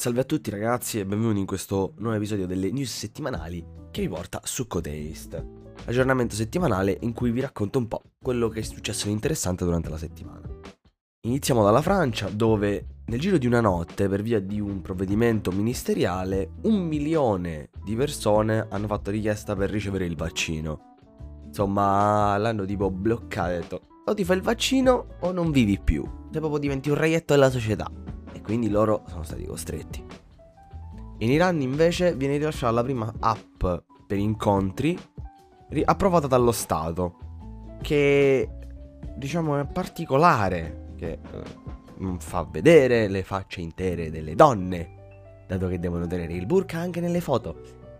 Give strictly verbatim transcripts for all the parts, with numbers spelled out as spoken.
Salve a tutti ragazzi e benvenuti in questo nuovo episodio delle news settimanali che vi porta su Cotaste, aggiornamento settimanale in cui vi racconto un po' quello che è successo di interessante durante la settimana. Iniziamo dalla Francia, dove nel giro di una notte, per via di un provvedimento ministeriale, un milione di persone hanno fatto richiesta per ricevere il vaccino. Insomma, l'hanno tipo bloccato e detto: o ti fai il vaccino o non vivi più, se proprio diventi un reietto della società. E quindi loro sono stati costretti. In Iran invece viene rilasciata la prima app per incontri ri- approvata dallo Stato, che diciamo è particolare, che eh, fa vedere le facce intere delle donne, dato che devono tenere il burqa anche nelle foto,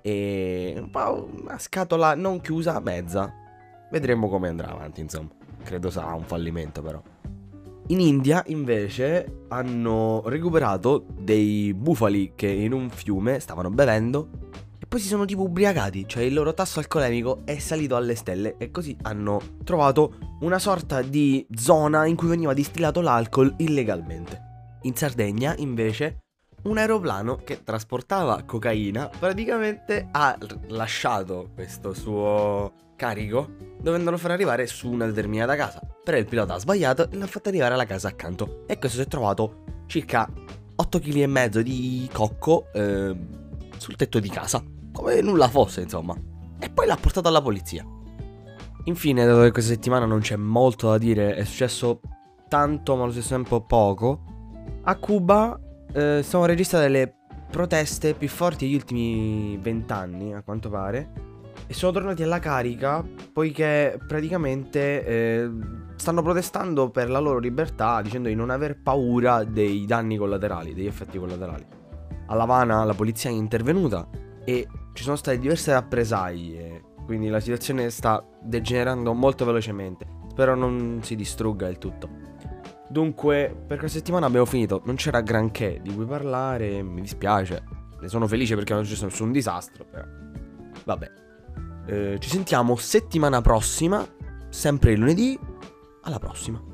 e un po' una scatola non chiusa, mezza. Vedremo come andrà avanti, insomma. Credo sarà un fallimento però. In India invece hanno recuperato dei bufali che in un fiume stavano bevendo e poi si sono tipo ubriacati, cioè il loro tasso alcolemico è salito alle stelle e così hanno trovato una sorta di zona in cui veniva distillato l'alcol illegalmente. In Sardegna invece un aeroplano che trasportava cocaina praticamente ha lasciato questo suo carico dovendolo far arrivare su una determinata casa, però il pilota ha sbagliato e l'ha fatto arrivare alla casa accanto e questo si è trovato circa otto chili e mezzo di cocco eh, sul tetto di casa, come nulla fosse insomma, e poi l'ha portato alla polizia. Infine, dato che questa settimana non c'è molto da dire, è successo tanto ma allo stesso tempo poco, a Cuba eh, sono registrate le proteste più forti degli ultimi vent'anni a quanto pare, e sono tornati alla carica poiché praticamente eh, stanno protestando per la loro libertà, dicendo di non aver paura dei danni collaterali, degli effetti collaterali. A L'Avana la polizia è intervenuta e ci sono state diverse rappresaglie, quindi la situazione sta degenerando molto velocemente. Spero non si distrugga il tutto. Dunque, per questa settimana abbiamo finito, non c'era granché di cui parlare, mi dispiace, ne sono felice perché non c'è stato nessun disastro, però vabbè. Eh, ci sentiamo settimana prossima, sempre il lunedì. Alla prossima.